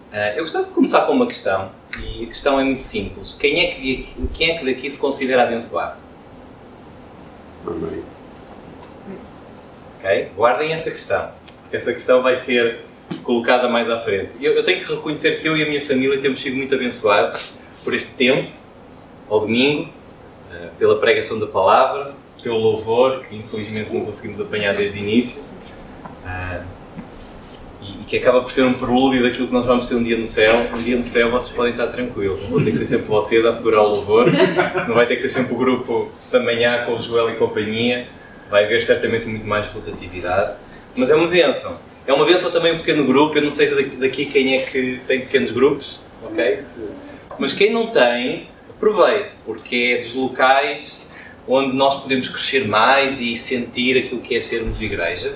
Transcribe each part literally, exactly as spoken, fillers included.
Uh, eu gostava de começar com uma questão, e a questão é muito simples. Quem é que, quem é que daqui se considera abençoado? Amém. Ok? Guardem essa questão, porque essa questão vai ser colocada mais à frente. Eu, eu tenho que reconhecer que eu e a minha família temos sido muito abençoados por este tempo, ao domingo, uh, pela pregação da palavra, pelo louvor, que infelizmente não conseguimos apanhar desde o início. Uh, E que acaba por ser um prelúdio daquilo que nós vamos ter um dia no céu. Um dia no céu vocês podem estar tranquilos, não vão ter que ser sempre vocês a segurar o louvor, não vai ter que ser sempre o grupo da manhã com o Joel e companhia, vai haver certamente muito mais rotatividade, mas é uma bênção. É uma bênção também um pequeno grupo. Eu não sei daqui quem é que tem pequenos grupos, ok? Se... mas quem não tem, aproveite, porque é dos locais onde nós podemos crescer mais e sentir aquilo que é sermos igreja.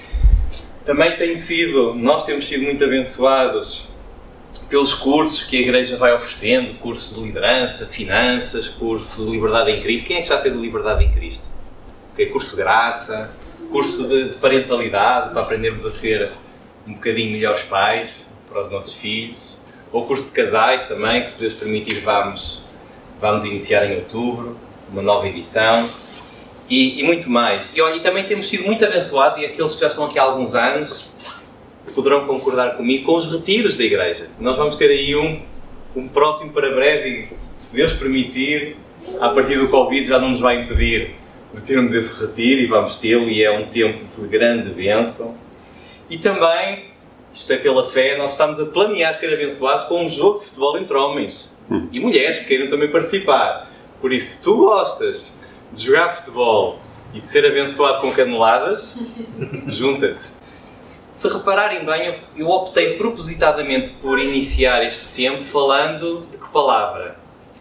Também tem sido, nós temos sido muito abençoados pelos cursos que a Igreja vai oferecendo, cursos de liderança, finanças, curso de Liberdade em Cristo. Quem é que já fez a Liberdade em Cristo? Okay, curso de graça, curso de, de parentalidade, para aprendermos a ser um bocadinho melhores pais para os nossos filhos. Ou curso de casais também, que se Deus permitir vamos, vamos iniciar em outubro, uma nova edição. E, e muito mais. E, olha, e também temos sido muito abençoados, e aqueles que já estão aqui há alguns anos poderão concordar comigo, com os retiros da igreja. Nós vamos ter aí um, um próximo para breve, e se Deus permitir, a partir do Covid já não nos vai impedir de termos esse retiro, e vamos tê-lo, e é um tempo de grande bênção. E também, isto é pela fé, nós estamos a planear ser abençoados com um jogo de futebol entre homens hum. e mulheres que queiram também participar. Por isso, se tu gostas de jogar futebol e de ser abençoado com caneladas, junta-te. Se repararem bem, eu optei propositadamente por iniciar este tempo falando de que palavra?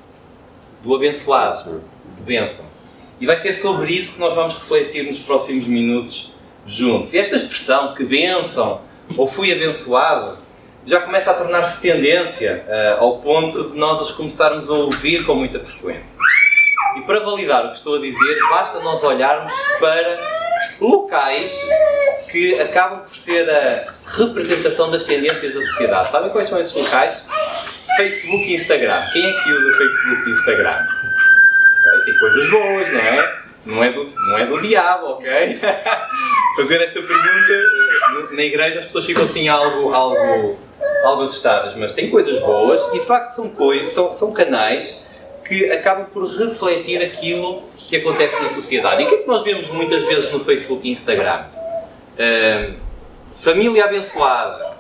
Do abençoado, de bênção. E vai ser sobre isso que nós vamos refletir nos próximos minutos juntos. E esta expressão, que bênção, ou fui abençoado, já começa a tornar-se tendência, uh, ao ponto de nós as começarmos a ouvir com muita frequência. E para validar o que estou a dizer, basta nós olharmos para locais que acabam por ser a representação das tendências da sociedade. Sabem quais são esses locais? Facebook e Instagram. Quem é que usa Facebook e Instagram? Okay? Tem coisas boas, não é? Não é do, não é do diabo, ok? Fazer esta pergunta, na igreja as pessoas ficam assim algo, algo, algo assustadas, mas tem coisas boas e de facto são, coisas, são, são canais que acabam por refletir aquilo que acontece na sociedade. E o que é que nós vemos muitas vezes no Facebook e Instagram? Uh, família abençoada,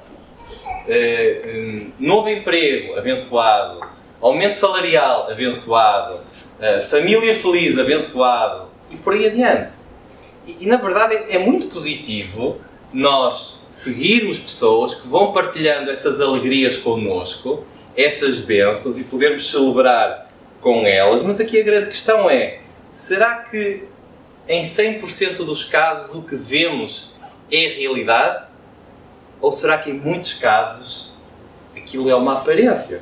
uh, um, novo emprego abençoado, aumento salarial abençoado, uh, família feliz abençoado e por aí adiante. E, e na verdade é, é muito positivo nós seguirmos pessoas que vão partilhando essas alegrias connosco, essas bênçãos, e podermos celebrar com elas, mas aqui a grande questão é: será que em cem por cento dos casos o que vemos é realidade? Ou será que em muitos casos aquilo é uma aparência?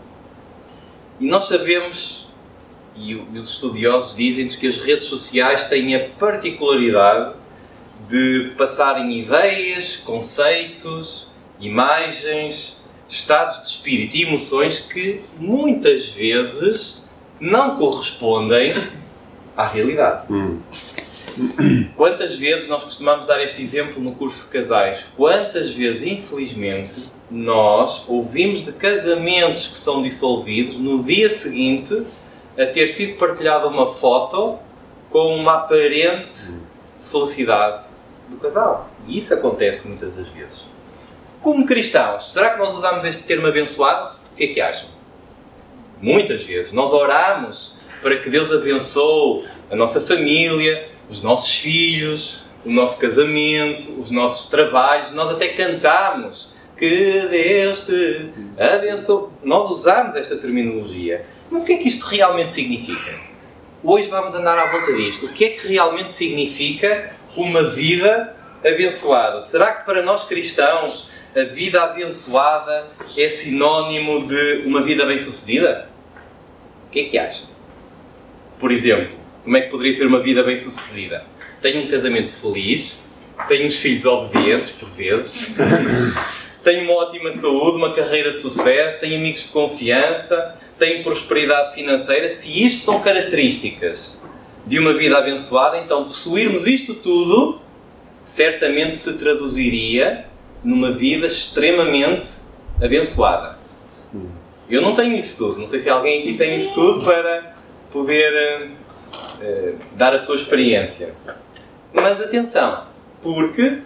E nós sabemos, e os estudiosos dizem-nos, que as redes sociais têm a particularidade de passarem ideias, conceitos, imagens, estados de espírito e emoções que muitas vezes não correspondem à realidade. Hum. Quantas vezes nós costumamos dar este exemplo no curso de casais? Quantas vezes, infelizmente, nós ouvimos de casamentos que são dissolvidos no dia seguinte a ter sido partilhada uma foto com uma aparente felicidade do casal? E isso acontece muitas das vezes. Como cristãos, será que nós usamos este termo abençoado? O que é que acham? Muitas vezes nós oramos para que Deus abençoe a nossa família, os nossos filhos, o nosso casamento, os nossos trabalhos. Nós até cantamos que Deus te abençoe. Nós usamos esta terminologia. Mas o que é que isto realmente significa? Hoje vamos andar à volta disto. O que é que realmente significa uma vida abençoada? Será que para nós cristãos a vida abençoada é sinónimo de uma vida bem-sucedida? O que é que acham? Por exemplo, como é que poderia ser uma vida bem-sucedida? Tenho um casamento feliz, tenho uns filhos obedientes, por vezes, tenho uma ótima saúde, uma carreira de sucesso, tenho amigos de confiança, tenho prosperidade financeira. Se isto são características de uma vida abençoada, então possuirmos isto tudo certamente se traduziria numa vida extremamente abençoada. Eu não tenho isso tudo. Não sei se alguém aqui tem isso tudo para poder uh, uh, dar a sua experiência. Mas atenção, porque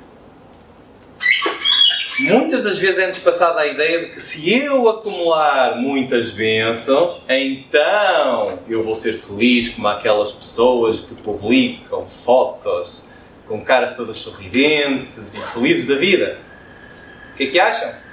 muitas das vezes é-nos passada a ideia de que se eu acumular muitas bênçãos, então eu vou ser feliz como aquelas pessoas que publicam fotos com caras todas sorridentes e felizes da vida. O que é que acham?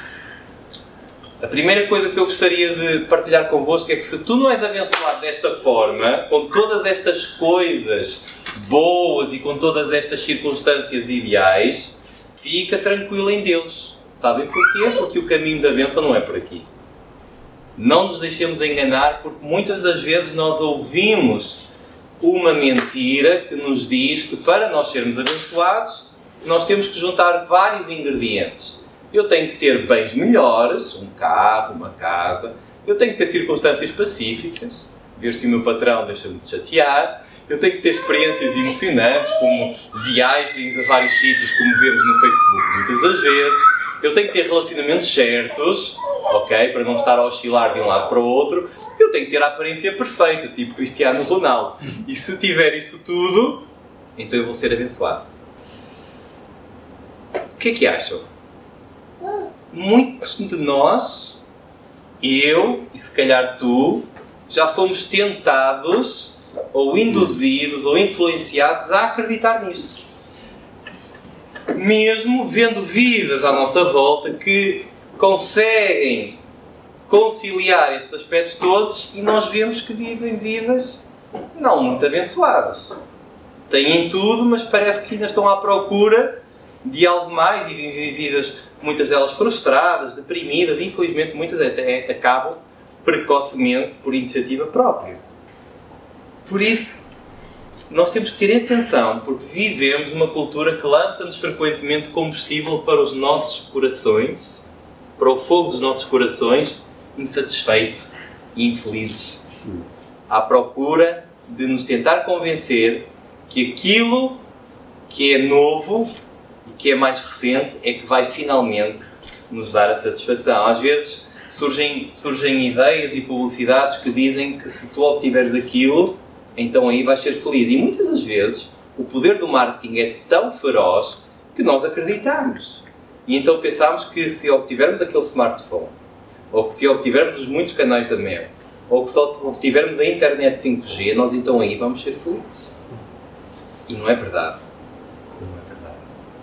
A primeira coisa que eu gostaria de partilhar convosco é que se tu não és abençoado desta forma, com todas estas coisas boas e com todas estas circunstâncias ideais, fica tranquilo em Deus. Sabem porquê? Porque o caminho da bênção não é por aqui. Não nos deixemos enganar, porque muitas das vezes nós ouvimos uma mentira que nos diz que para nós sermos abençoados, nós temos que juntar vários ingredientes. Eu tenho que ter bens melhores, um carro, uma casa. Eu tenho que ter circunstâncias pacíficas, ver se o meu patrão deixa-me de chatear. Eu tenho que ter experiências emocionantes, como viagens a vários sítios, como vemos no Facebook muitas das vezes. Eu tenho que ter relacionamentos certos, ok? Para não estar a oscilar de um lado para o outro. Eu tenho que ter a aparência perfeita, tipo Cristiano Ronaldo. E se tiver isso tudo, então eu vou ser abençoado. O que é que acham? Muitos de nós, eu e se calhar tu, já fomos tentados, ou induzidos, ou influenciados a acreditar nisto. Mesmo vendo vidas à nossa volta que conseguem conciliar estes aspectos todos e nós vemos que vivem vidas não muito abençoadas. Têm tudo, mas parece que ainda estão à procura de algo mais e vivem vidas, muitas delas frustradas, deprimidas, e infelizmente muitas até acabam precocemente por iniciativa própria. Por isso, nós temos que ter atenção, porque vivemos numa cultura que lança-nos frequentemente combustível para os nossos corações, para o fogo dos nossos corações, insatisfeitos e infelizes. À procura de nos tentar convencer que aquilo que é novo e que é mais recente é que vai finalmente nos dar a satisfação. Às vezes surgem, surgem ideias e publicidades que dizem que se tu obtiveres aquilo, então aí vais ser feliz. E muitas das vezes o poder do marketing é tão feroz que nós acreditamos. E então pensamos que se obtivermos aquele smartphone, ou que se obtivermos os muitos canais da Mel, ou que se obtivermos a internet cinco G, nós então aí vamos ser felizes. E não é verdade. Não é verdade.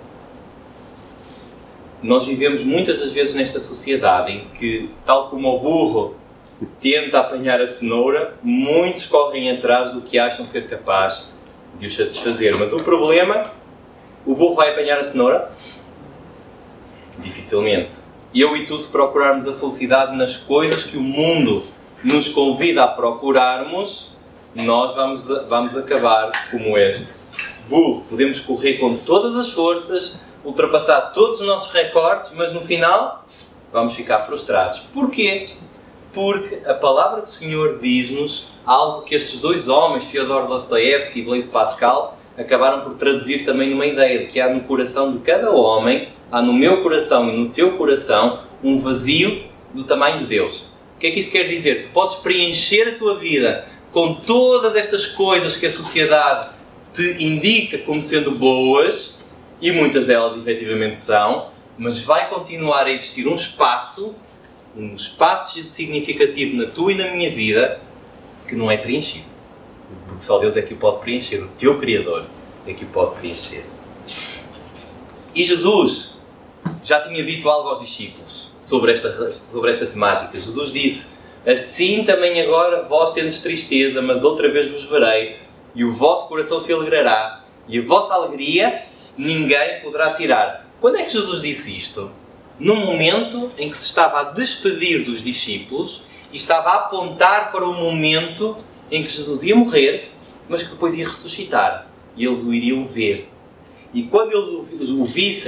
Nós vivemos muitas das vezes nesta sociedade em que, tal como o burro tenta apanhar a cenoura, muitos correm atrás do que acham ser capaz de os satisfazer. Mas o problema, o burro vai apanhar a cenoura? Dificilmente. Eu e tu, se procurarmos a felicidade nas coisas que o mundo nos convida a procurarmos, nós vamos, vamos acabar como este burro. Podemos correr com todas as forças, ultrapassar todos os nossos recordes, mas no final vamos ficar frustrados. Porquê? Porque a palavra do Senhor diz-nos algo que estes dois homens, Fyodor Dostoiévski e Blaise Pascal, acabaram por traduzir também numa ideia de que há no coração de cada homem, há no meu coração e no teu coração, um vazio do tamanho de Deus. O que é que isto quer dizer? Tu podes preencher a tua vida com todas estas coisas que a sociedade te indica como sendo boas, e muitas delas efetivamente são, mas vai continuar a existir um espaço, um espaço significativo na tua e na minha vida, que não é preenchido. Porque só Deus é que o pode preencher, o teu Criador é que o pode preencher. E Jesus já tinha dito algo aos discípulos sobre esta, sobre esta temática. Jesus disse: assim também agora vós tendes tristeza, mas outra vez vos verei, e o vosso coração se alegrará, e a vossa alegria ninguém poderá tirar. Quando é que Jesus disse isto? Num momento em que se estava a despedir dos discípulos e estava a apontar para o momento em que Jesus ia morrer, mas que depois ia ressuscitar, e eles o iriam ver. E quando eles o vissem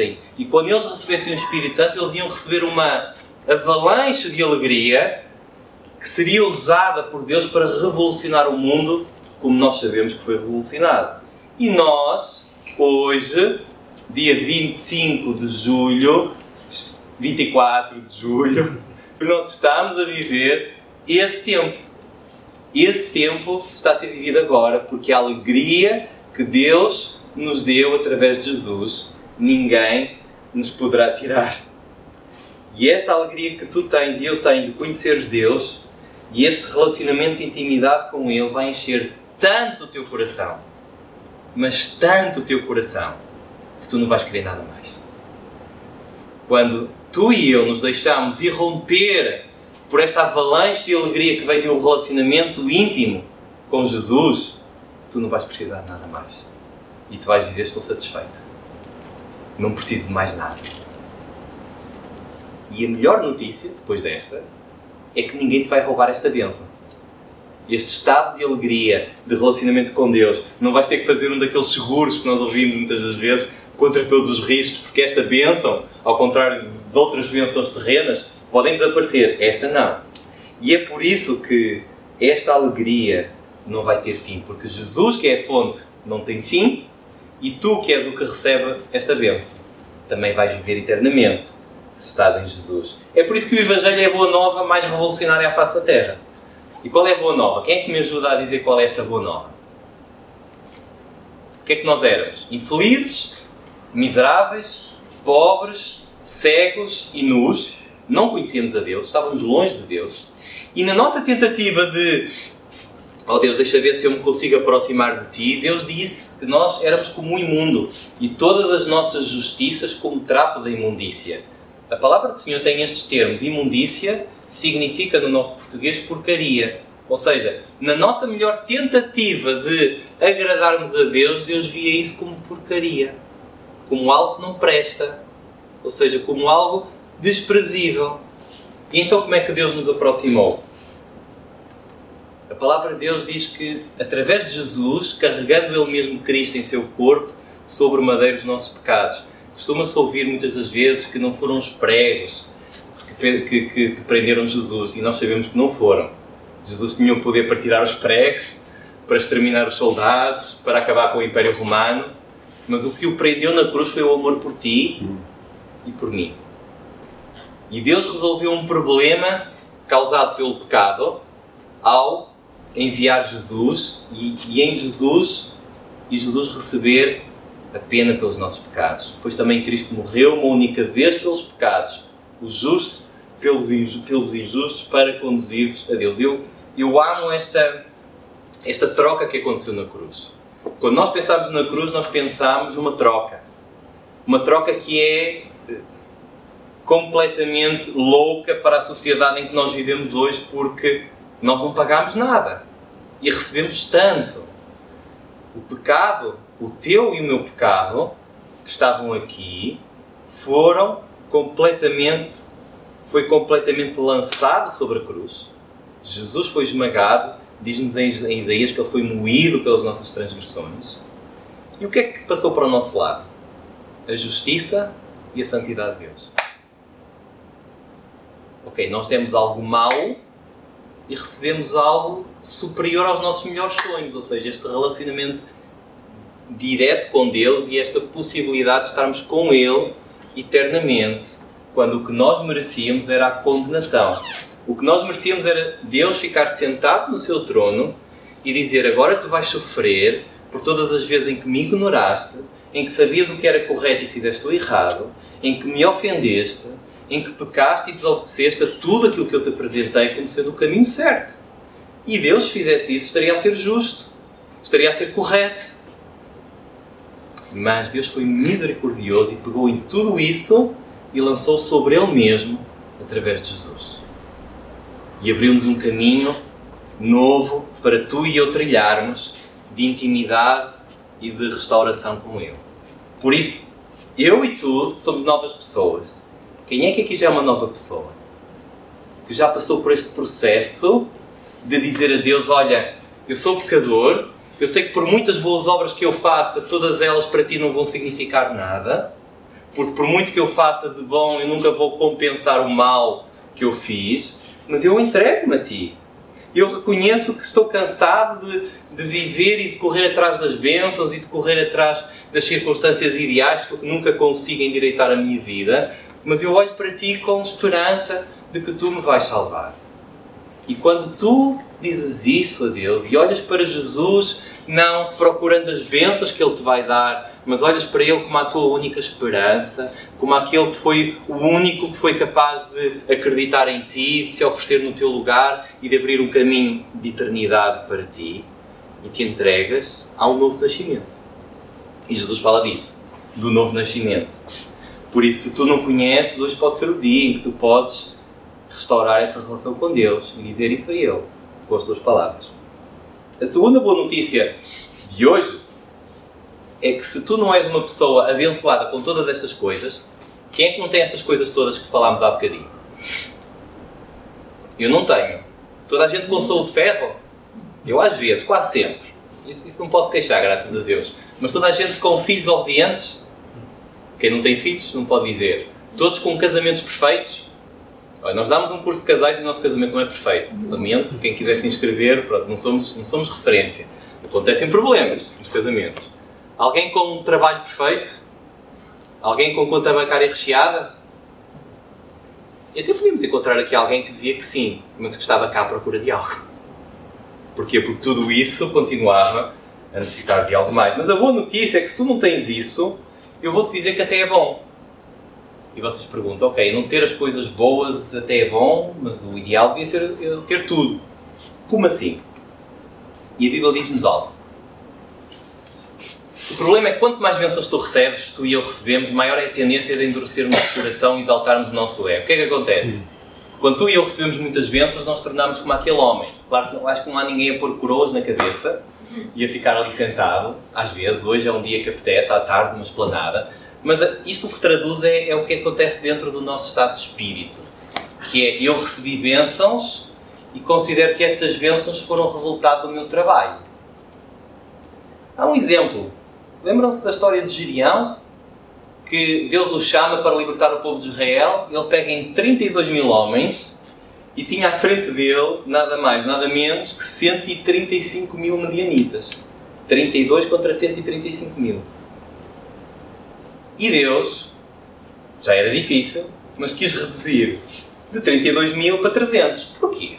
E quando eles recebessem o Espírito Santo, eles iam receber uma avalanche de alegria que seria usada por Deus para revolucionar o mundo, como nós sabemos que foi revolucionado. E nós, hoje, dia vinte e cinco de julho, vinte e quatro de julho, nós estamos a viver esse tempo. Esse tempo está a ser vivido agora, porque a alegria que Deus nos deu através de Jesus, ninguém nos poderá tirar. E esta alegria que tu tens e eu tenho de conheceres Deus, e este relacionamento de intimidade com Ele vai encher tanto o teu coração, mas tanto o teu coração, que tu não vais querer nada mais. Quando tu e eu nos deixamos irromper por esta avalanche de alegria que vem de um relacionamento íntimo com Jesus, tu não vais precisar de nada mais. E tu vais dizer, estou satisfeito. Não preciso de mais nada. E a melhor notícia, depois desta, é que ninguém te vai roubar esta bênção. Este estado de alegria, de relacionamento com Deus, não vais ter que fazer um daqueles seguros que nós ouvimos muitas das vezes contra todos os riscos, porque esta bênção, ao contrário de outras bênçãos terrenas, podem desaparecer. Esta não. E é por isso que esta alegria não vai ter fim, porque Jesus, que é a fonte, não tem fim, e tu, que és o que recebe esta bênção, também vais viver eternamente, se estás em Jesus. É por isso que o Evangelho é a boa nova mais revolucionária à face da Terra. E qual é a boa nova? Quem é que me ajuda a dizer qual é esta boa nova? O que é que nós éramos? Infelizes, miseráveis, pobres, cegos e nus. Não conhecíamos a Deus, estávamos longe de Deus. E na nossa tentativa de oh Deus, deixa ver se eu me consigo aproximar de Ti, Deus disse que nós éramos como um imundo e todas as nossas justiças como trapo da imundícia. A palavra do Senhor tem estes termos. Imundícia significa no nosso português porcaria. Ou seja, na nossa melhor tentativa de agradarmos a Deus, Deus via isso como porcaria. Como algo que não presta. Ou seja, como algo desprezível. E então como é que Deus nos aproximou? A palavra de Deus diz que, através de Jesus, carregando Ele mesmo Cristo em seu corpo, sobre o madeiro dos nossos pecados. Costuma-se ouvir muitas das vezes que não foram os pregos que, que, que, que prenderam Jesus, e nós sabemos que não foram. Jesus tinha o poder para tirar os pregos, para exterminar os soldados, para acabar com o Império Romano, mas o que o prendeu na cruz foi o amor por ti e por mim. E Deus resolveu um problema causado pelo pecado ao enviar Jesus e, e em Jesus e Jesus receber a pena pelos nossos pecados. Pois também Cristo morreu uma única vez pelos pecados, o justo pelos, inju, pelos injustos, para conduzir-vos a Deus. Eu, eu amo esta, esta troca que aconteceu na cruz. Quando nós pensamos na cruz, nós pensamos numa troca. Uma troca que é completamente louca para a sociedade em que nós vivemos hoje, porque nós não pagámos nada e recebemos tanto. O pecado, o teu e o meu pecado, que estavam aqui, foram completamente, foi completamente lançado sobre a cruz. Jesus foi esmagado, diz-nos em Isaías que Ele foi moído pelas nossas transgressões. E o que é que passou para o nosso lado? A justiça e a santidade de Deus. Ok, nós demos algo mau e recebemos algo superior aos nossos melhores sonhos, ou seja, este relacionamento direto com Deus e esta possibilidade de estarmos com Ele eternamente, quando o que nós merecíamos era a condenação. O que nós merecíamos era Deus ficar sentado no seu trono e dizer: agora tu vais sofrer por todas as vezes em que me ignoraste, em que sabias o que era correto e fizeste o errado, em que me ofendeste, em que pecaste e desobedeceste a tudo aquilo que eu te apresentei como sendo o caminho certo. E Deus, se fizesse isso, estaria a ser justo, estaria a ser correto. Mas Deus foi misericordioso e pegou em tudo isso e lançou sobre Ele mesmo através de Jesus. E abriu-nos um caminho novo para tu e eu trilharmos, de intimidade e de restauração com Ele. Por isso, eu e tu somos novas pessoas. Quem é que aqui já é uma nova pessoa? Que já passou por este processo de dizer a Deus: olha, eu sou pecador, eu sei que por muitas boas obras que eu faça, todas elas para ti não vão significar nada, porque por muito que eu faça de bom, eu nunca vou compensar o mal que eu fiz, mas eu entrego-me a Ti. Eu reconheço que estou cansado de, de viver e de correr atrás das bênçãos e de correr atrás das circunstâncias ideais, porque nunca consigo endireitar a minha vida, mas eu olho para Ti com esperança de que Tu me vais salvar. E quando Tu dizes isso a Deus e olhas para Jesus, não procurando as bênçãos que Ele te vai dar, mas olhas para Ele como a tua única esperança, como aquele que foi o único que foi capaz de acreditar em Ti, de se oferecer no Teu lugar e de abrir um caminho de eternidade para Ti, e te entregas ao novo nascimento. E Jesus fala disso, do novo nascimento. Por isso, se tu não conheces, hoje pode ser o dia em que tu podes restaurar essa relação com Deus e dizer isso a Ele, com as tuas palavras. A segunda boa notícia de hoje é que se tu não és uma pessoa abençoada com todas estas coisas, quem é que não tem estas coisas todas que falámos há bocadinho? Eu não tenho. Toda a gente com saúde de ferro? Eu às vezes, quase sempre. Isso, isso não posso queixar, graças a Deus. Mas toda a gente com filhos obedientes? Quem não tem filhos não pode dizer. Todos com casamentos perfeitos? Olha, nós damos um curso de casais e o nosso casamento não é perfeito. Lamento, quem quiser se inscrever, pronto, não somos, não somos referência. Acontecem problemas nos casamentos. Alguém com um trabalho perfeito? Alguém com conta bancária recheada? E até podíamos encontrar aqui alguém que dizia que sim, mas que estava cá à procura de algo. Porquê? Porque tudo isso continuava a necessitar de algo mais. Mas a boa notícia é que se tu não tens isso, eu vou-te dizer que até é bom. E vocês perguntam, ok, não ter as coisas boas até é bom, mas o ideal devia ser eu ter tudo. Como assim? E a Bíblia diz-nos algo. O problema é que quanto mais bênçãos tu recebes, tu e eu recebemos, maior é a tendência de endurecer o nosso coração e exaltarmos o nosso ego. O que é que acontece? Quando tu e eu recebemos muitas bênçãos, nós tornamos como aquele homem. Claro que não, acho que não há ninguém a pôr coroas na cabeça e a ficar ali sentado. Às vezes, hoje é um dia que apetece, à tarde, numa esplanada. Mas isto o que traduz é, é o que acontece dentro do nosso estado de espírito. Que é, eu recebi bênçãos e considero que essas bênçãos foram resultado do meu trabalho. Há um exemplo. Lembram-se da história de Gideão? Que Deus o chama para libertar o povo de Israel. Ele pega em trinta e dois mil homens e tinha à frente dele nada mais, nada menos que cento e trinta e cinco mil medianitas. trinta e dois contra cento e trinta e cinco mil. E Deus, já era difícil, mas quis reduzir de trinta e dois mil para trezentos. Porquê?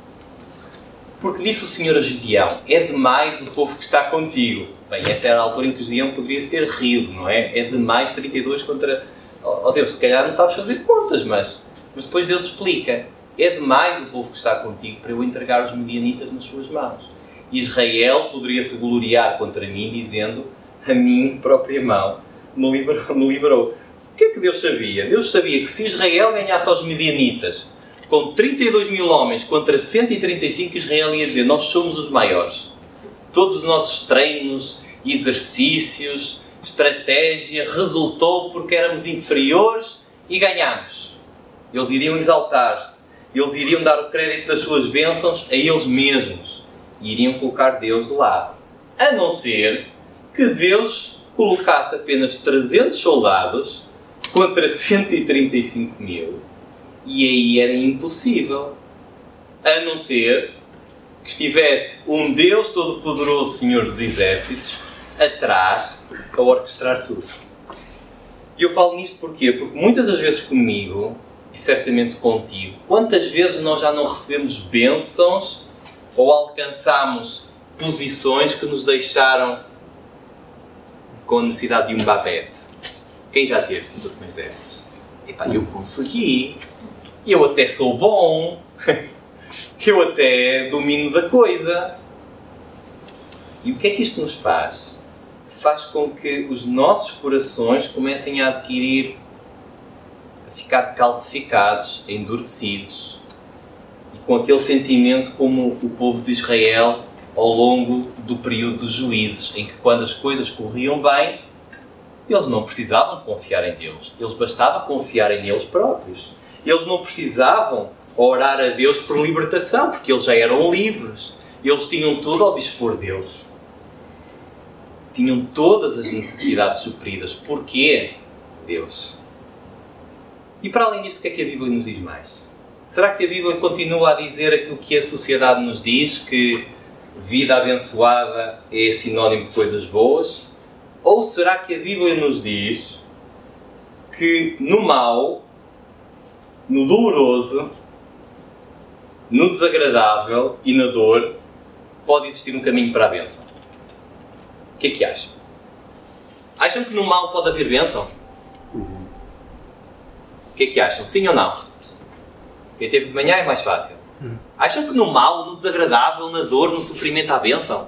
Porque disse o Senhor a Gideão, é demais o povo que está contigo. Bem, esta era a altura em que Gideão poderia ter rido, não é? É demais trinta e dois contra... Oh Deus, se calhar não sabes fazer contas, mas, mas depois Deus explica. É demais o povo que está contigo para eu entregar os medianitas nas suas mãos. Israel poderia se gloriar contra mim, dizendo, a minha própria mão me livrou, me livrou. O que é que Deus sabia? Deus sabia que se Israel ganhasse aos medianitas com trinta e dois mil homens contra cento e trinta e cinco, Israel ia dizer, nós somos os maiores. Todos os nossos treinos, exercícios, estratégia resultou porque éramos inferiores e ganhámos. Eles iriam exaltar-se. Eles iriam dar o crédito das suas bênçãos a eles mesmos. E iriam colocar Deus de lado. A não ser que Deus colocasse apenas trezentos soldados contra cento e trinta e cinco mil. E aí era impossível. A não ser que estivesse um Deus Todo-Poderoso, Senhor dos Exércitos, atrás a orquestrar tudo. E eu falo nisto porquê? Porque muitas das vezes comigo, e certamente contigo, quantas vezes nós já não recebemos bênçãos ou alcançamos posições que nos deixaram com a necessidade de um babete? Quem já teve situações dessas? Epá, eu consegui, eu até sou bom, eu até domino da coisa. E o que é que isto nos faz? Faz com que os nossos corações comecem a adquirir, a ficar calcificados, endurecidos, e com aquele sentimento como o povo de Israel ao longo do período dos juízes, em que quando as coisas corriam bem, eles não precisavam de confiar em Deus. Eles bastava confiar em eles próprios. Eles não precisavam orar a Deus por libertação, porque eles já eram livres. Eles tinham tudo ao dispor deles. Tinham todas as necessidades supridas. Porquê? Deus. E para além disto, o que é que a Bíblia nos diz mais? Será que a Bíblia continua a dizer aquilo que a sociedade nos diz, que vida abençoada é sinónimo de coisas boas? Ou será que a Bíblia nos diz que no mau, no doloroso, no desagradável e na dor pode existir um caminho para a bênção? O que é que acham? Acham que no mal pode haver bênção? Uhum. O que é que acham? Sim ou não? Quem teve de manhã é mais fácil. Uhum. Acham que no mal, no desagradável, na dor, no sofrimento há bênção?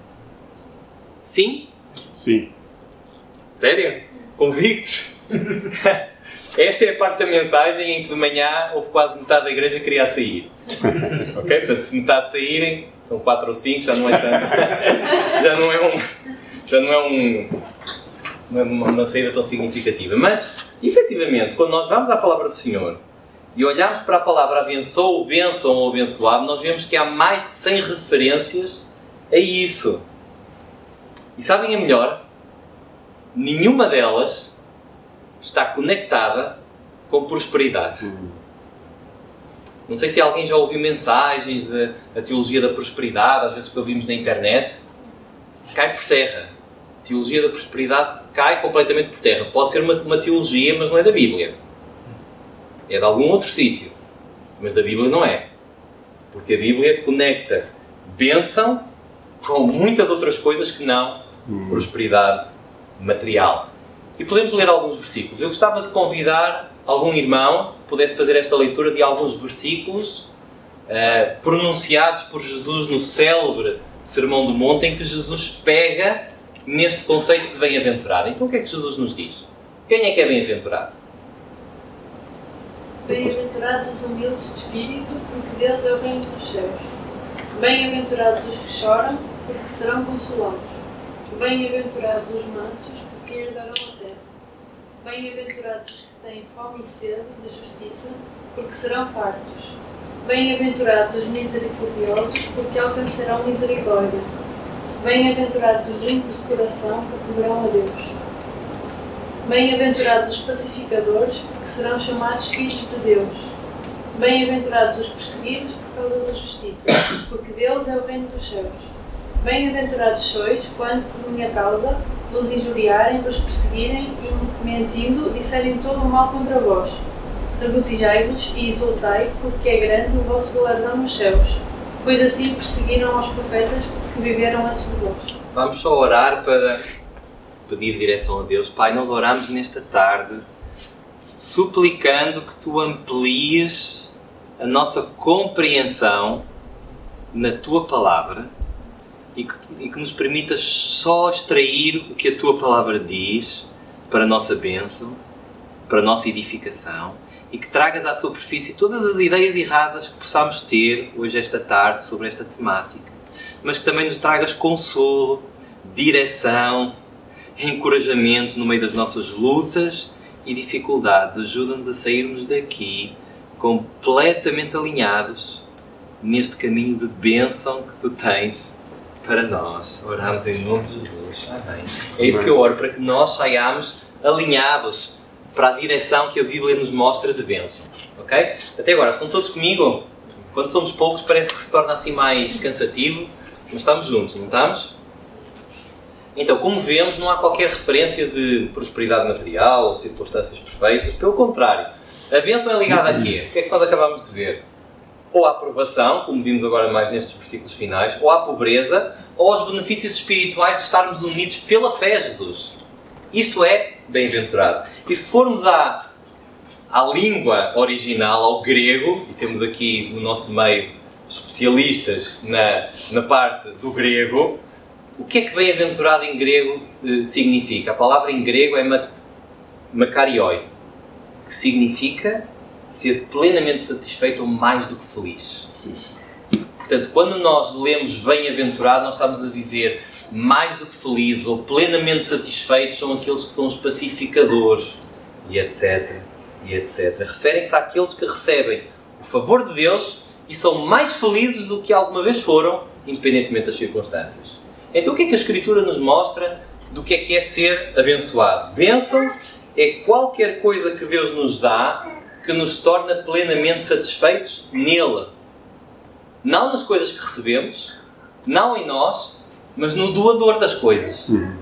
Sim? Sim. Sério? Convictos? Esta é a parte da mensagem em que de manhã houve quase metade da igreja que queria sair. Ok? Portanto, se metade saírem, são quatro ou cinco, já não é tanto. Já não é um... Já não é um... Uma, uma saída tão significativa. Mas, efetivamente, quando nós vamos à palavra do Senhor e olhamos para a palavra abençoe, bênção ou abençoado, nós vemos que há mais de cem referências a isso. E sabem a melhor? Nenhuma delas está conectada com prosperidade. Não sei se alguém já ouviu mensagens da, da teologia da prosperidade, às vezes que ouvimos na internet. Cai por terra. A teologia da prosperidade cai completamente por terra. Pode ser uma, uma teologia, mas não é da Bíblia. É de algum outro sítio. Mas da Bíblia não é. Porque a Bíblia conecta bênção com muitas outras coisas que não hum. prosperidade material. E podemos ler alguns versículos. Eu gostava de convidar algum irmão que pudesse fazer esta leitura de alguns versículos uh, pronunciados por Jesus no célebre Sermão do Monte, em que Jesus pega neste conceito de bem-aventurado. Então o que é que Jesus nos diz? Quem é que é bem-aventurado? Bem-aventurados os humildes de espírito, porque Deus é o reino dos céus. Bem-aventurados os que choram, porque serão consolados. Bem-aventurados os mansos, porque herdarão a terra. Bem-aventurados os que têm fome e sede de justiça, porque serão fartos. Bem-aventurados os misericordiosos, porque alcançarão misericórdia. Bem-aventurados os limpos de coração, porque verão a Deus. Bem-aventurados os pacificadores, porque serão chamados filhos de Deus. Bem-aventurados os perseguidos por causa da justiça, porque Deus é o reino dos céus. Bem-aventurados sois, quando por minha causa vos injuriarem, vos perseguirem e, mentindo, disserem todo o mal contra vós. Regozijai-vos e exultai, porque é grande o vosso galardão nos céus, pois assim perseguiram aos profetas que viveram antes de vós. Vamos só orar para pedir direção a Deus. Pai, nós oramos nesta tarde suplicando que Tu amplies a nossa compreensão na Tua Palavra e que, e que nos permitas só extrair o que a Tua Palavra diz para a nossa bênção, para a nossa edificação, e que tragas à superfície todas as ideias erradas que possamos ter hoje esta tarde sobre esta temática, mas que também nos tragas consolo, direção, encorajamento no meio das nossas lutas e dificuldades. Ajuda-nos a sairmos daqui completamente alinhados neste caminho de bênção que Tu tens para nós. Oramos em nome de Jesus. Amém. É isso que eu oro, para que nós saiamos alinhados para a direção que a Bíblia nos mostra de bênção. Ok? Até agora, estão todos comigo? Quando somos poucos parece que se torna assim mais cansativo, mas estamos juntos, não estamos? Então, como vemos, não há qualquer referência de prosperidade material ou circunstâncias perfeitas. Pelo contrário, a bênção é ligada a quê? O que é que nós acabamos de ver? Ou à aprovação, como vimos agora mais nestes versículos finais, ou à pobreza, ou aos benefícios espirituais de estarmos unidos pela fé a Jesus. Isto é bem-aventurado. E se formos à, à língua original, ao grego, e temos aqui no nosso meio especialistas na, na parte do grego, o que é que bem-aventurado em grego eh, significa? A palavra em grego é ma, makarioi, que significa ser plenamente satisfeito ou mais do que feliz. Sim, sim. Portanto, quando nós lemos bem-aventurado, nós estamos a dizer mais do que felizes ou plenamente satisfeitos são aqueles que são os pacificadores, e etc, e etcétera. Referem-se àqueles que recebem o favor de Deus e são mais felizes do que alguma vez foram, independentemente das circunstâncias. Então o que é que a Escritura nos mostra do que é que é ser abençoado? Bênção é qualquer coisa que Deus nos dá que nos torna plenamente satisfeitos nele. Não nas coisas que recebemos, não em nós, mas no doador das coisas. Hum.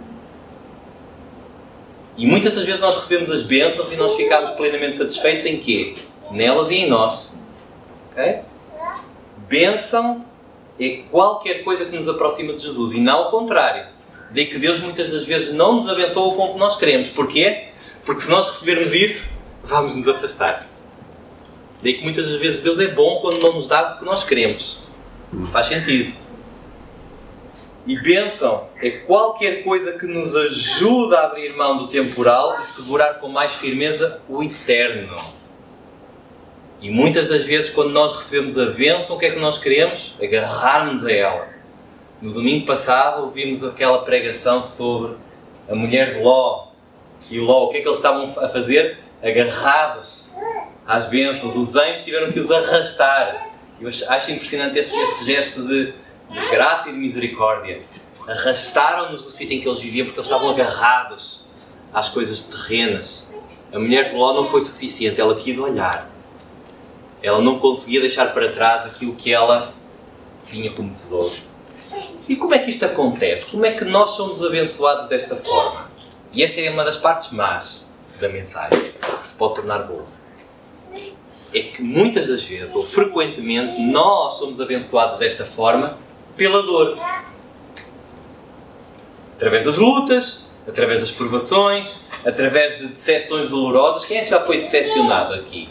E muitas das vezes nós recebemos as bênçãos e nós ficamos plenamente satisfeitos em quê? Nelas e em nós. Okay? Bênção é qualquer coisa que nos aproxima de Jesus e não o contrário. Daí que Deus muitas das vezes não nos abençoa com o que nós queremos. Porquê? Porque se nós recebermos isso, vamos nos afastar. Daí que muitas das vezes Deus é bom quando não nos dá o que nós queremos. Faz sentido. E bênção é qualquer coisa que nos ajuda a abrir mão do temporal e segurar com mais firmeza o eterno. E muitas das vezes quando nós recebemos a bênção, o que é que nós queremos? Agarrar-nos a ela. No domingo passado ouvimos aquela pregação sobre a mulher de Ló. E Ló, o que é que eles estavam a fazer? Agarrados às bênçãos. Os anjos tiveram que os arrastar. Eu acho impressionante este, este gesto de, de graça e de misericórdia. Arrastaram-nos do sítio em que eles viviam porque eles estavam agarrados às coisas terrenas. A mulher de Ló não foi suficiente. Ela quis olhar. Ela não conseguia deixar para trás aquilo que ela tinha como tesouro. E como é que isto acontece? Como é que nós somos abençoados desta forma? E esta é uma das partes más da mensagem, que se pode tornar boa. É que muitas das vezes, ou frequentemente, nós somos abençoados desta forma pela dor. Através das lutas, através das provações, através de decepções dolorosas. Quem é que já foi decepcionado aqui?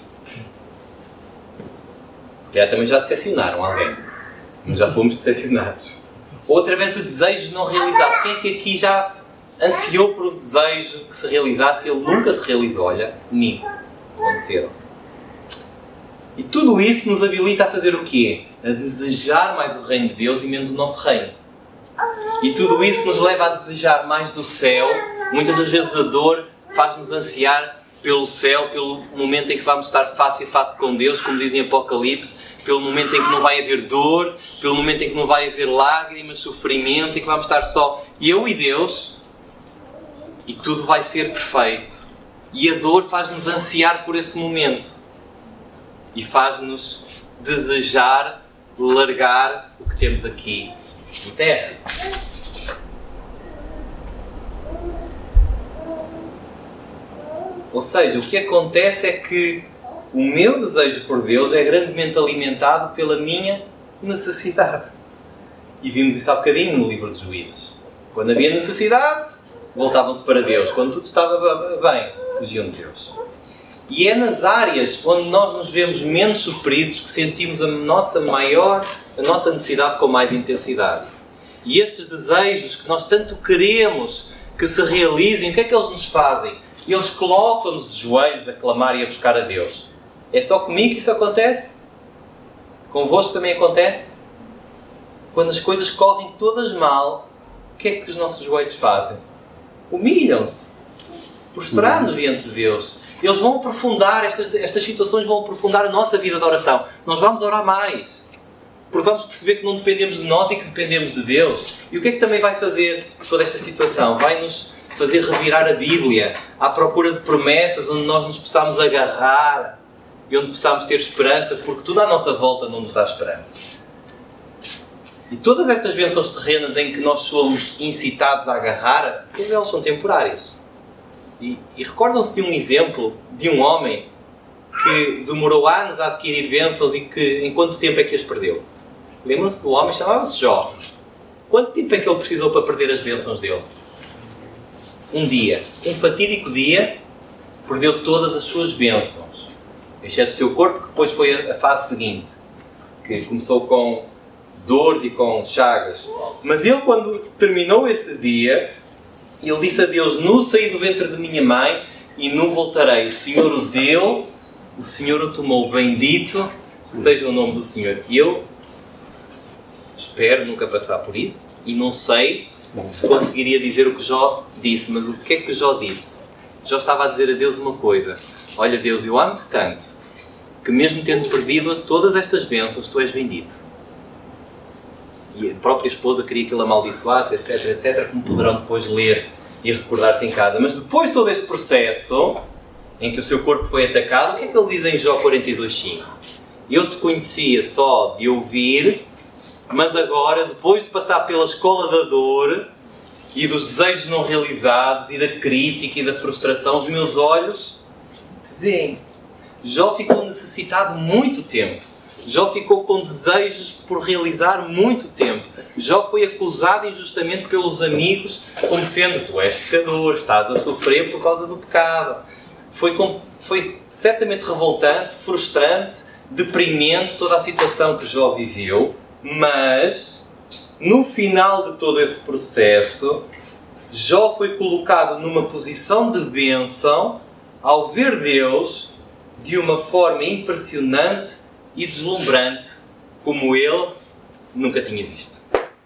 Se calhar também já decepcionaram alguém. Mas já fomos decepcionados. Ou através de desejos não realizados. Quem é que aqui já ansiou por um desejo que se realizasse e ele nunca se realizou? Olha, comigo. Aconteceram. E tudo isso nos habilita a fazer o quê? A desejar mais o reino de Deus e menos o nosso reino. E tudo isso nos leva a desejar mais do céu. Muitas das vezes a dor faz-nos ansiar pelo céu, pelo momento em que vamos estar face a face com Deus, como diz em Apocalipse, pelo momento em que não vai haver dor, pelo momento em que não vai haver lágrimas, sofrimento, em que vamos estar só eu e Deus, e tudo vai ser perfeito. E a dor faz-nos ansiar por esse momento. E faz-nos desejar largar o que temos aqui em terra. Ou seja, o que acontece é que o meu desejo por Deus é grandemente alimentado pela minha necessidade. E vimos isso há bocadinho no livro de Juízes. Quando havia necessidade, voltavam-se para Deus. Quando tudo estava bem, fugiam de Deus. E é nas áreas onde nós nos vemos menos supridos que sentimos a nossa maior, a nossa necessidade com mais intensidade. E estes desejos que nós tanto queremos que se realizem, o que é que eles nos fazem? Eles colocam-nos de joelhos a clamar e a buscar a Deus. É só comigo que isso acontece? Convosco também acontece? Quando as coisas correm todas mal, o que é que os nossos joelhos fazem? Humilham-se. Prostrar-nos diante de Deus. Eles vão aprofundar, estas, estas situações vão aprofundar a nossa vida de oração. Nós vamos orar mais. Porque vamos perceber que não dependemos de nós e que dependemos de Deus. E o que é que também vai fazer toda esta situação? Vai-nos fazer revirar a Bíblia à procura de promessas onde nós nos possamos agarrar e onde possamos ter esperança, porque tudo à nossa volta não nos dá esperança. E todas estas bênçãos terrenas em que nós somos incitados a agarrar, todas elas são temporárias. E, e recordam-se de um exemplo de um homem que demorou anos a adquirir bênçãos e que em quanto tempo é que as perdeu? Lembram-se do homem? Chamava-se Jó. Quanto tempo é que ele precisou para perder as bênçãos dele? Um dia. Um fatídico dia, perdeu todas as suas bênçãos. Exceto o seu corpo, que depois foi a fase seguinte. Que começou com dores e com chagas. Mas ele, quando terminou esse dia, ele disse a Deus: "Nu saí do ventre de minha mãe e nu voltarei. O Senhor o deu, o Senhor o tomou. Bendito seja o nome do Senhor." E eu espero nunca passar por isso e não sei se conseguiria dizer o que Jó disse. Mas o que é que Jó disse? Jó estava a dizer a Deus uma coisa: "Olha Deus, eu amo-te tanto que mesmo tendo perdido todas estas bênçãos, tu és bendito." E a própria esposa queria que ele amaldiçoasse, etc, etc, como poderão depois ler e recordar-se em casa. Mas depois de todo este processo, em que o seu corpo foi atacado, o que é que ele diz em Jó quarenta e dois, cinco? Eu te conhecia só de ouvir, mas agora, depois de passar pela escola da dor e dos desejos não realizados e da crítica e da frustração, os meus olhos te veem. Jó ficou necessitado muito tempo. Jó ficou com desejos por realizar muito tempo. Jó foi acusado injustamente pelos amigos como sendo tu és pecador, estás a sofrer por causa do pecado. Foi, com, foi certamente revoltante, frustrante, deprimente toda a situação que Jó viveu, mas no final de todo esse processo, Jó foi colocado numa posição de bênção ao ver Deus de uma forma impressionante e deslumbrante, como ele nunca tinha visto.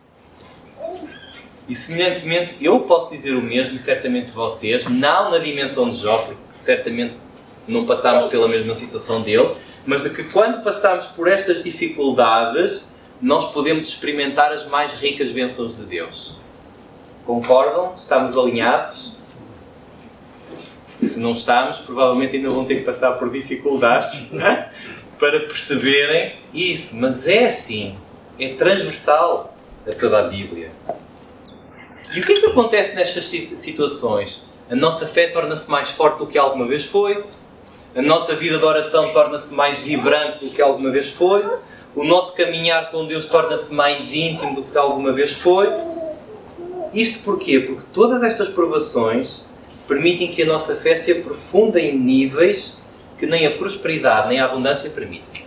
E semelhantemente, eu posso dizer o mesmo, e certamente vocês, não na dimensão de Jó, porque certamente não passámos pela mesma situação dele, mas de que quando passamos por estas dificuldades, nós podemos experimentar as mais ricas bênçãos de Deus. Concordam? Estamos alinhados? Se não estamos, provavelmente ainda vão ter que passar por dificuldades para perceberem isso. Mas é assim. É transversal a toda a Bíblia. E o que é que acontece nestas situações? A nossa fé torna-se mais forte do que alguma vez foi. A nossa vida de oração torna-se mais vibrante do que alguma vez foi. O nosso caminhar com Deus torna-se mais íntimo do que alguma vez foi. Isto porquê? Porque todas estas provações permitem que a nossa fé se aprofunda em níveis que nem a prosperidade nem a abundância permitem.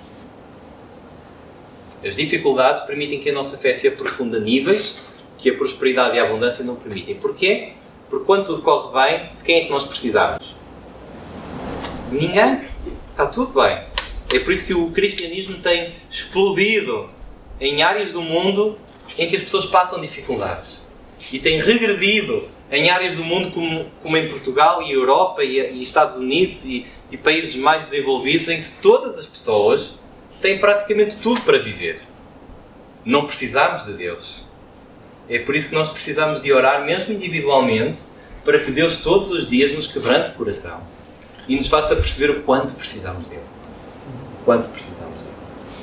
As dificuldades permitem que a nossa fé se aprofunde a níveis que a prosperidade e a abundância não permitem. Porquê? Porque quando tudo corre bem, de quem é que nós precisamos? De ninguém. Está tudo bem. É por isso que o cristianismo tem explodido em áreas do mundo em que as pessoas passam dificuldades. E tem regredido em áreas do mundo como, como em Portugal e Europa e, e Estados Unidos e, e países mais desenvolvidos, em que todas as pessoas têm praticamente tudo para viver. Não precisamos de Deus. É por isso que nós precisamos de orar, mesmo individualmente, para que Deus todos os dias nos quebrante o coração e nos faça perceber o quanto precisamos dele. O quanto precisamos dele.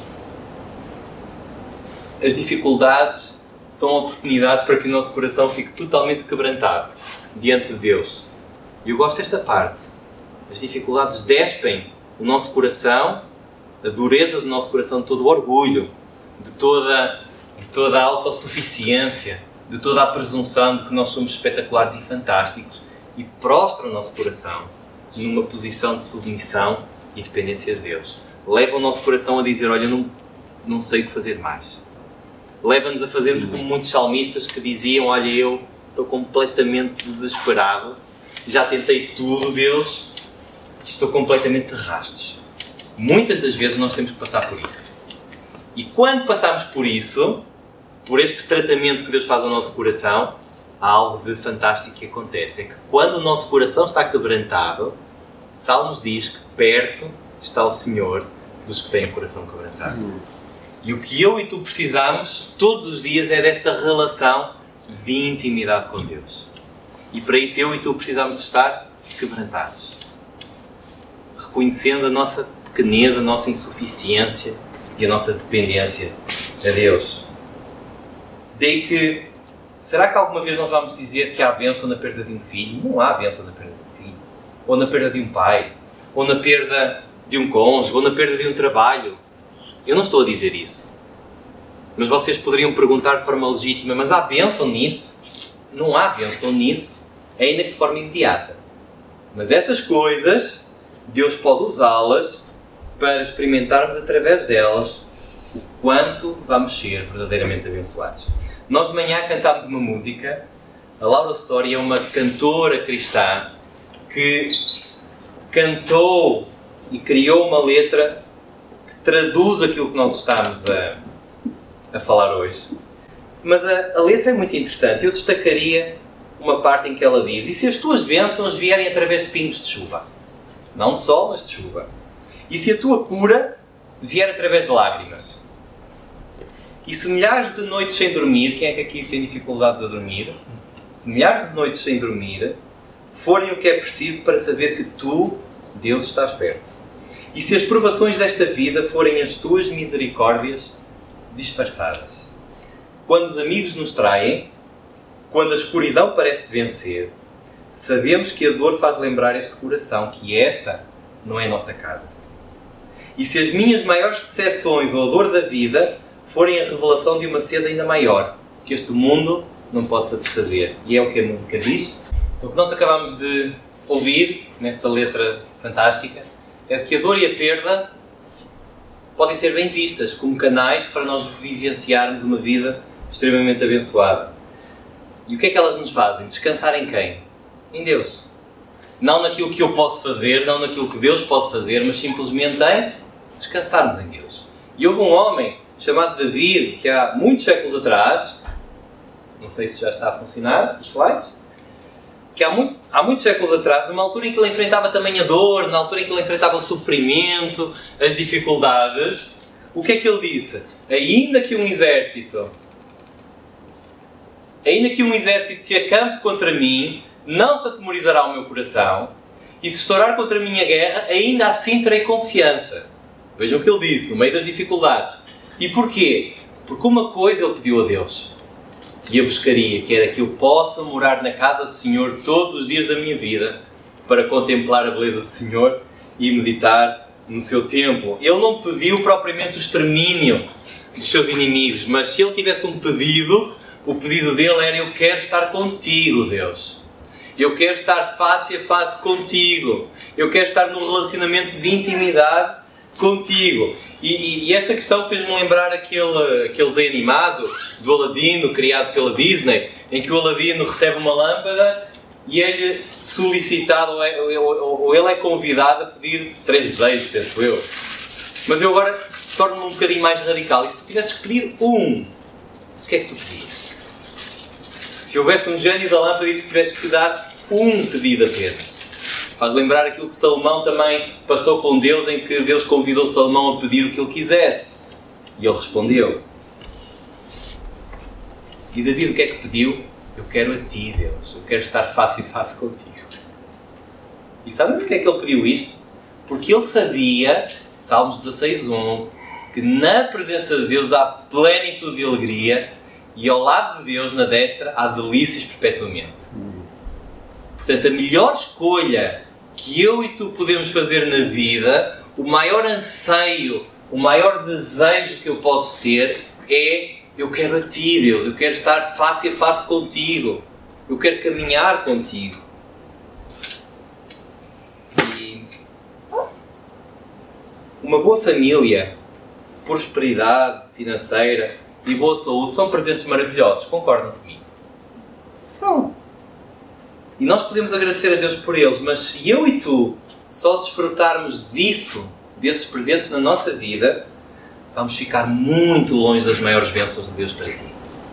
As dificuldades são oportunidades para que o nosso coração fique totalmente quebrantado diante de Deus. E eu gosto desta parte. As dificuldades despem o nosso coração, a dureza do nosso coração, de todo o orgulho, de toda, de toda a autossuficiência, de toda a presunção de que nós somos espetaculares e fantásticos, e prostra o nosso coração numa posição de submissão e dependência de Deus. Leva o nosso coração a dizer, olha, não, não sei o que fazer mais. Leva-nos a fazermos como muitos salmistas que diziam, olha, eu estou completamente desesperado, já tentei tudo, Deus, estou completamente de rastos. Muitas das vezes nós temos que passar por isso. E quando passamos por isso, por este tratamento que Deus faz ao nosso coração, há algo de fantástico que acontece. É que quando o nosso coração está quebrantado, Salmos diz que perto está o Senhor dos que têm o coração quebrantado. E o que eu e tu precisamos todos os dias é desta relação de intimidade com Deus. E para isso eu e tu precisamos estar quebrantados. Reconhecendo a nossa pequeneza, a nossa insuficiência e a nossa dependência a Deus. Daí que, será que alguma vez nós vamos dizer que há bênção na perda de um filho? Não há bênção na perda de um filho. Ou na perda de um pai. Ou na perda de um cônjuge. Ou na perda de um trabalho. Eu não estou a dizer isso. Mas vocês poderiam perguntar de forma legítima, mas há bênção nisso? Não há bênção nisso, ainda que de forma imediata. Mas essas coisas, Deus pode usá-las para experimentarmos através delas o quanto vamos ser verdadeiramente abençoados. Nós de manhã cantámos uma música. A Laura Story é uma cantora cristã que cantou e criou uma letra traduz aquilo que nós estamos a, a falar hoje. Mas a, a letra é muito interessante. Eu destacaria uma parte em que ela diz: e se as tuas bênçãos vierem através de pingos de chuva? Não de sol, mas de chuva. E se a tua cura vier através de lágrimas? E se milhares de noites sem dormir, quem é que aqui tem dificuldades a dormir? se milhares de noites sem dormir forem o que é preciso para saber que tu, Deus, estás perto. E se as provações desta vida forem as tuas misericórdias disfarçadas. Quando os amigos nos traem, quando a escuridão parece vencer, sabemos que a dor faz lembrar este coração que esta não é a nossa casa. E se as minhas maiores decepções ou a dor da vida forem a revelação de uma sede ainda maior, que este mundo não pode satisfazer. E é o que a música diz. Então, o que nós acabamos de ouvir nesta letra fantástica é que a dor e a perda podem ser bem vistas como canais para nós vivenciarmos uma vida extremamente abençoada. E o que é que elas nos fazem? Descansar em quem? Em Deus. Não naquilo que eu posso fazer, não naquilo que Deus pode fazer, mas simplesmente em descansarmos em Deus. E houve um homem chamado David, que há muitos séculos atrás, não sei se já está a funcionar, os slides, que há, muito, há muitos séculos atrás, numa altura em que ele enfrentava também a dor, na altura em que ele enfrentava o sofrimento, as dificuldades, o que é que ele disse? Ainda que um exército, ainda que um exército se acampe contra mim, não se atemorizará o meu coração, e se estourar contra a minha guerra, ainda assim terei confiança. Vejam o que ele disse, no meio das dificuldades. E porquê? Porque uma coisa ele pediu a Deus, e a buscaria, que era que eu possa morar na casa do Senhor todos os dias da minha vida, para contemplar a beleza do Senhor e meditar no seu templo. Ele não pediu propriamente o extermínio dos seus inimigos, mas se ele tivesse um pedido, o pedido dele era: eu quero estar contigo, Deus. Eu quero estar face a face contigo. Eu quero estar num relacionamento de intimidade contigo. E, e, e esta questão fez-me lembrar aquele, aquele desenho animado do Aladino, criado pela Disney, em que o Aladino recebe uma lâmpada e é solicitado, ou, é, ou, ou ele é convidado a pedir três desejos, penso eu. Mas eu agora torno-me um bocadinho mais radical. E se tu tivesses que pedir um, o que é que tu pedias? Se houvesse um gênio da lâmpada e tu tivesses que dar um pedido apenas. Faz lembrar aquilo que Salomão também passou com Deus, em que Deus convidou Salomão a pedir o que ele quisesse. E ele respondeu. E David o que é que pediu? Eu quero a ti, Deus. Eu quero estar face a face contigo. E sabem porque é que ele pediu isto? Porque ele sabia, Salmos dezasseis, onze, que na presença de Deus há plenitude de alegria e ao lado de Deus, na destra, há delícias perpetuamente. Portanto, a melhor escolha que eu e tu podemos fazer na vida, o maior anseio, o maior desejo que eu posso ter é: eu quero a ti, Deus, eu quero estar face a face contigo, eu quero caminhar contigo. E uma boa família, prosperidade financeira e boa saúde são presentes maravilhosos, concordam comigo? São. E nós podemos agradecer a Deus por eles, mas se eu e tu só desfrutarmos disso, desses presentes na nossa vida, vamos ficar muito longe das maiores bênçãos de Deus para ti.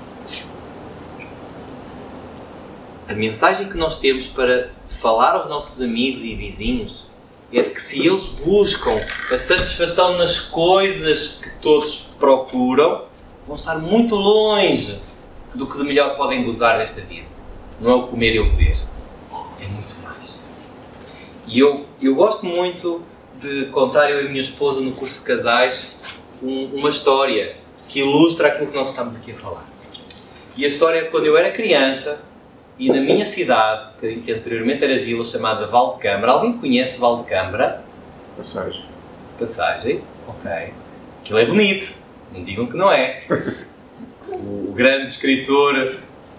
A mensagem que nós temos para falar aos nossos amigos e vizinhos é de que se eles buscam a satisfação nas coisas que todos procuram, vão estar muito longe do que de melhor podem gozar nesta vida. Não é o comer e o beber. É muito mais. E eu, eu gosto muito de contar, eu e a minha esposa, no curso de casais, um, uma história que ilustra aquilo que nós estamos aqui a falar. E a história é de quando eu era criança e na minha cidade, que anteriormente era vila, chamada Valdecâmara. Alguém conhece Valdecâmara? Passagem. Passagem? Ok. Aquilo é bonito. Não digam que não é. O grande escritor...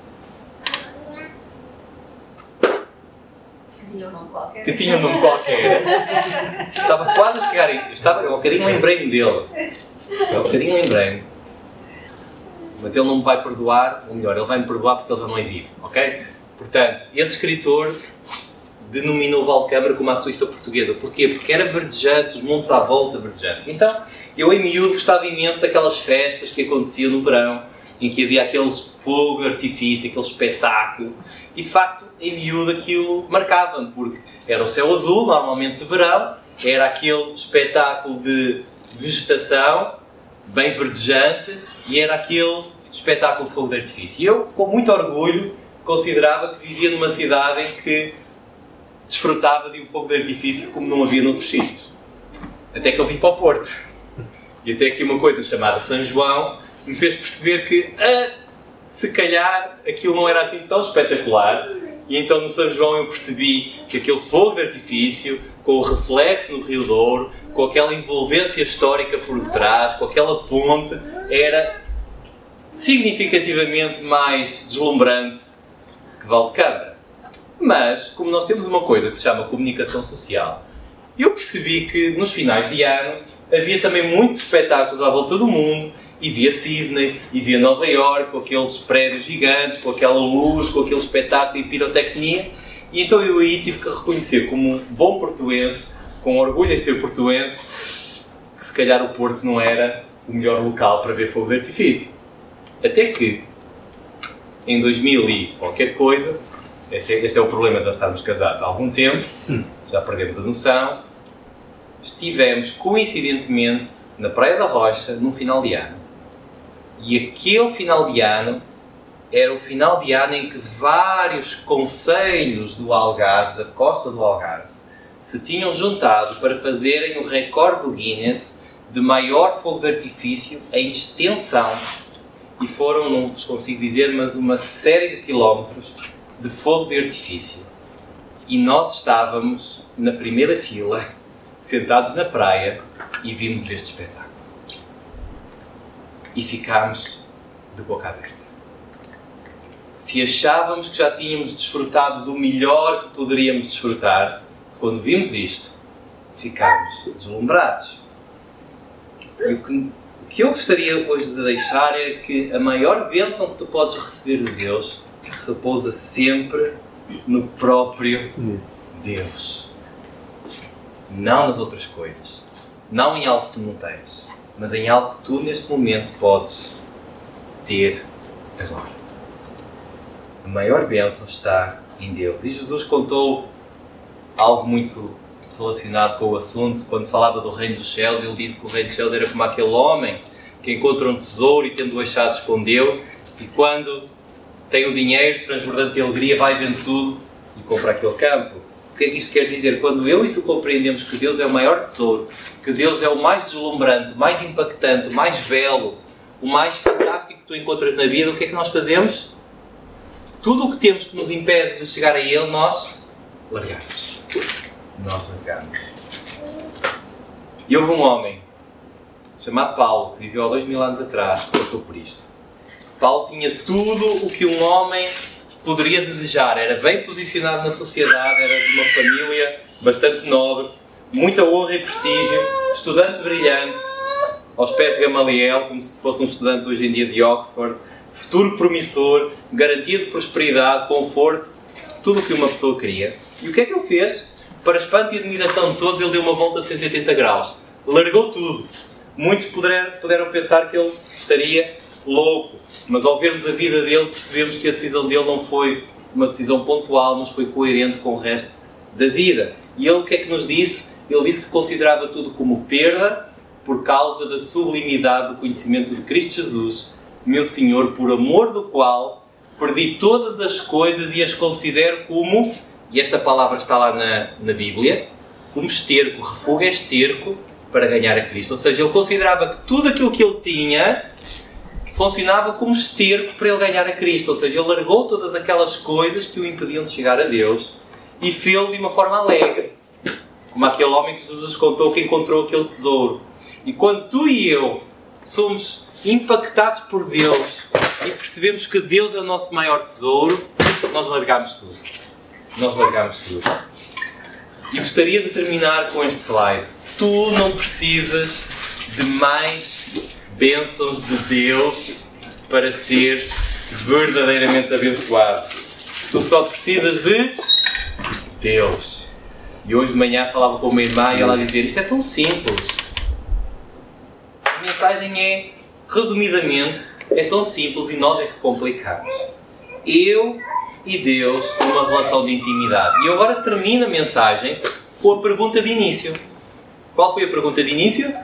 Tinha um nome qualquer. Que tinha um nome qualquer. Estava quase a chegar aí. Eu estava, um bocadinho lembrei-me dele. Eu um bocadinho lembrei-me. Mas ele não me vai perdoar, ou melhor, ele vai me perdoar porque ele já não é vivo. Ok? Portanto, esse escritor denominou Valdecâmara como a Suíça portuguesa. Porquê? Porque era verdejante, os montes à volta verdejantes. Então, eu em miúdo gostava imenso daquelas festas que aconteciam no verão, em que havia aquele fogo de artifício, aquele espetáculo. E de facto, em miúdo aquilo marcava-me, porque era o céu azul, normalmente de verão, era aquele espetáculo de vegetação, bem verdejante, e era aquele espetáculo de fogo de artifício. E eu, com muito orgulho, considerava que vivia numa cidade em que desfrutava de um fogo de artifício como não havia noutros sítios. Até que eu vim para o Porto. E até aqui uma coisa chamada São João me fez perceber que, ah, se calhar, aquilo não era assim tão espetacular. E então no São João eu percebi que aquele fogo de artifício, com o reflexo no Rio Douro, com aquela envolvência histórica por detrás, com aquela ponte, era significativamente mais deslumbrante que Valdecâmara. Mas, como nós temos uma coisa que se chama comunicação social, eu percebi que nos finais de ano havia também muitos espetáculos à volta do mundo, e via Sydney, e via Nova Iorque, com aqueles prédios gigantes, com aquela luz, com aquele espetáculo e pirotecnia, e então eu aí tive que reconhecer como um bom portuense, com orgulho em ser portuense, que se calhar o Porto não era o melhor local para ver fogo de artifício. Até que, em dois mil e qualquer coisa, este é, este é o problema de nós estarmos casados há algum tempo, já perdemos a noção, estivemos coincidentemente na Praia da Rocha num final de ano. E aquele final de ano era o final de ano em que vários concelhos do Algarve, da costa do Algarve, se tinham juntado para fazerem o recorde do Guinness de maior fogo de artifício em extensão. E foram, não vos consigo dizer, mas uma série de quilómetros de fogo de artifício. E nós estávamos na primeira fila, sentados na praia, e vimos este espetáculo. E ficámos de boca aberta. Se achávamos que já tínhamos desfrutado do melhor que poderíamos desfrutar, quando vimos isto, ficámos deslumbrados. E o que, o que eu gostaria hoje de deixar é que a maior bênção que tu podes receber de Deus repousa sempre no próprio Deus. Não nas outras coisas. Não em algo que tu não tens, mas em algo que tu neste momento podes ter agora. A maior bênção está em Deus. E Jesus contou algo muito relacionado com o assunto. Quando falava do reino dos céus, ele disse que o reino dos céus era como aquele homem que encontra um tesouro e, tendo-o achado, escondeu, e quando tem o dinheiro transbordante de alegria, vai vendo tudo e compra aquele campo. O que é que isto quer dizer? Quando eu e tu compreendemos que Deus é o maior tesouro, que Deus é o mais deslumbrante, o mais impactante, o mais belo, o mais fantástico que tu encontras na vida, o que é que nós fazemos? Tudo o que temos que nos impede de chegar a Ele, nós largamos. Nós largamos. E houve um homem chamado Paulo, que viveu há dois mil anos atrás, que passou por isto. Paulo tinha tudo o que um homem poderia desejar. Era bem posicionado na sociedade, era de uma família bastante nobre, muita honra e prestígio, estudante brilhante, aos pés de Gamaliel, como se fosse um estudante hoje em dia de Oxford, futuro promissor, garantia de prosperidade, conforto, tudo o que uma pessoa queria. E o que é que ele fez? Para espanto e admiração de todos, ele deu uma volta de cento e oitenta graus. Largou tudo. Muitos puderam, puderam pensar que ele estaria louco, mas ao vermos a vida dele, percebemos que a decisão dele não foi uma decisão pontual, mas foi coerente com o resto da vida. E ele o que é que nos disse? Ele disse que considerava tudo como perda por causa da sublimidade do conhecimento de Cristo Jesus, meu Senhor, por amor do qual perdi todas as coisas e as considero como, e esta palavra está lá na, na Bíblia, como esterco, refúgio é esterco para ganhar a Cristo. Ou seja, ele considerava que tudo aquilo que ele tinha funcionava como esterco para ele ganhar a Cristo. Ou seja, ele largou todas aquelas coisas que o impediam de chegar a Deus e fê-lo de uma forma alegre. Como aquele homem que Jesus contou que encontrou aquele tesouro. E quando tu e eu somos impactados por Deus e percebemos que Deus é o nosso maior tesouro, nós largamos tudo. Nós largamos tudo. E gostaria de terminar com este slide. Tu não precisas de mais bênçãos de Deus para seres verdadeiramente abençoado. Tu só precisas de Deus. E hoje de manhã falava com uma irmã e ela dizia: isto é tão simples. A mensagem é, resumidamente, é tão simples e nós é que complicamos. Eu e Deus numa relação de intimidade. E eu agora termino a mensagem com a pergunta de início. Qual foi a pergunta de início?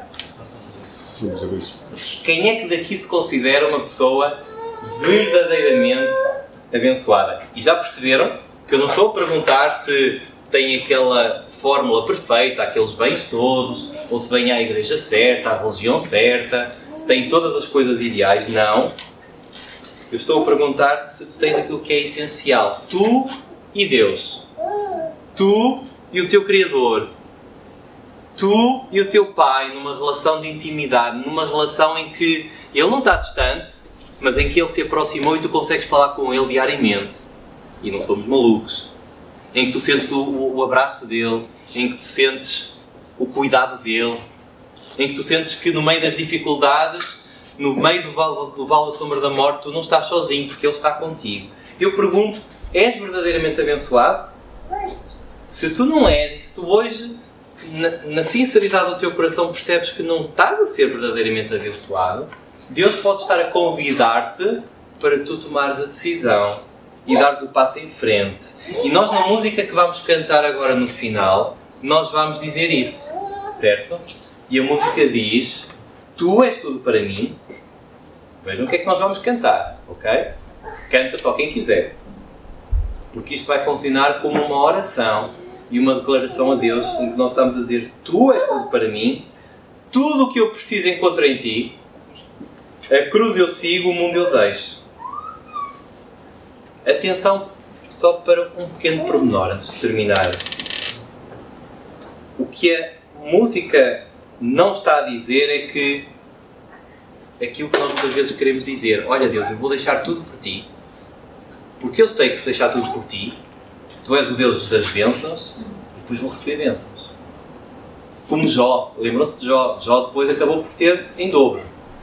Quem é que daqui se considera uma pessoa verdadeiramente abençoada. E já perceberam que eu não estou a perguntar se tem aquela fórmula perfeita, aqueles bens todos, ou se vem à igreja certa, à religião certa, se tem todas as coisas ideais. Não. Eu estou a perguntar-te se tu tens aquilo que é essencial. Tu e Deus. Tu e o teu Criador. Tu e o teu Pai, numa relação de intimidade, numa relação em que Ele não está distante, mas em que Ele se aproximou e tu consegues falar com Ele diariamente. E não somos malucos. Em que tu sentes o, o abraço dEle, em que tu sentes o cuidado dEle, em que tu sentes que no meio das dificuldades, no meio do vale, do vale da sombra da morte, tu não estás sozinho, porque Ele está contigo. Eu pergunto, és verdadeiramente abençoado? Se tu não és, e se tu hoje, na, na sinceridade do teu coração, percebes que não estás a ser verdadeiramente abençoado, Deus pode estar a convidar-te para tu tomares a decisão e dares o passo em frente. E nós, na música que vamos cantar agora no final, nós vamos dizer isso, certo? E a música diz: tu és tudo para mim. Vejam o que é que nós vamos cantar, ok? Canta só quem quiser. Porque isto vai funcionar como uma oração e uma declaração a Deus, em que nós estamos a dizer: tu és tudo para mim, tudo o que eu preciso encontro em ti, a cruz eu sigo, o mundo eu deixo. Atenção só para um pequeno pormenor antes de terminar. O que a música não está a dizer é que aquilo que nós muitas vezes queremos dizer: olha Deus, eu vou deixar tudo por ti, porque eu sei que se deixar tudo por ti, tu és o Deus das bênçãos, e depois vou receber bênçãos. Como Jó, lembram-se de Jó? Jó depois acabou por ter em dobro.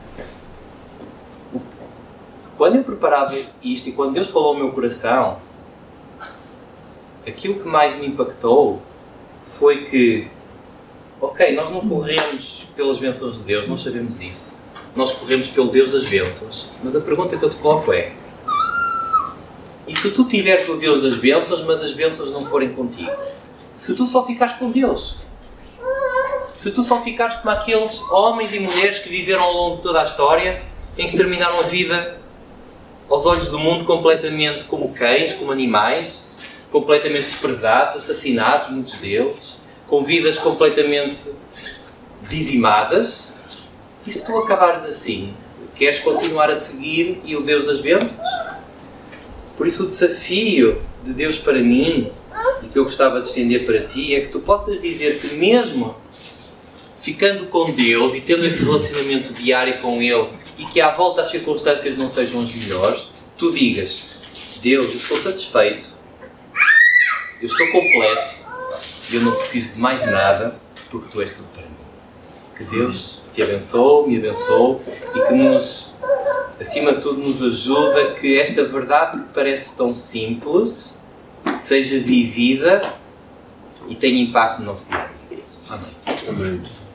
Quando eu preparava isto e quando Deus falou ao meu coração, aquilo que mais me impactou foi que, ok, nós não corremos pelas bênçãos de Deus, nós sabemos isso. Nós corremos pelo Deus das bênçãos. Mas a pergunta que eu te coloco é: e se tu tiveres o Deus das bênçãos, mas as bênçãos não forem contigo? Se tu só ficares com Deus? Se tu só ficares como aqueles homens e mulheres que viveram ao longo de toda a história, em que terminaram a vida aos olhos do mundo completamente como cães, como animais, completamente desprezados, assassinados, muitos deles, com vidas completamente dizimadas, e se tu acabares assim, queres continuar a seguir e o Deus das bênçãos? Por isso o desafio de Deus para mim, e que eu gostava de estender para ti, é que tu possas dizer que mesmo ficando com Deus e tendo este relacionamento diário com Ele, e que à volta as circunstâncias não sejam as melhores, tu digas: Deus, eu estou satisfeito, eu estou completo, eu não preciso de mais nada, porque tu és tudo para mim. Que Deus te abençoe, me abençoe, e que nos, acima de tudo, nos ajude a que esta verdade que parece tão simples seja vivida e tenha impacto no nosso dia. Amém. Amém.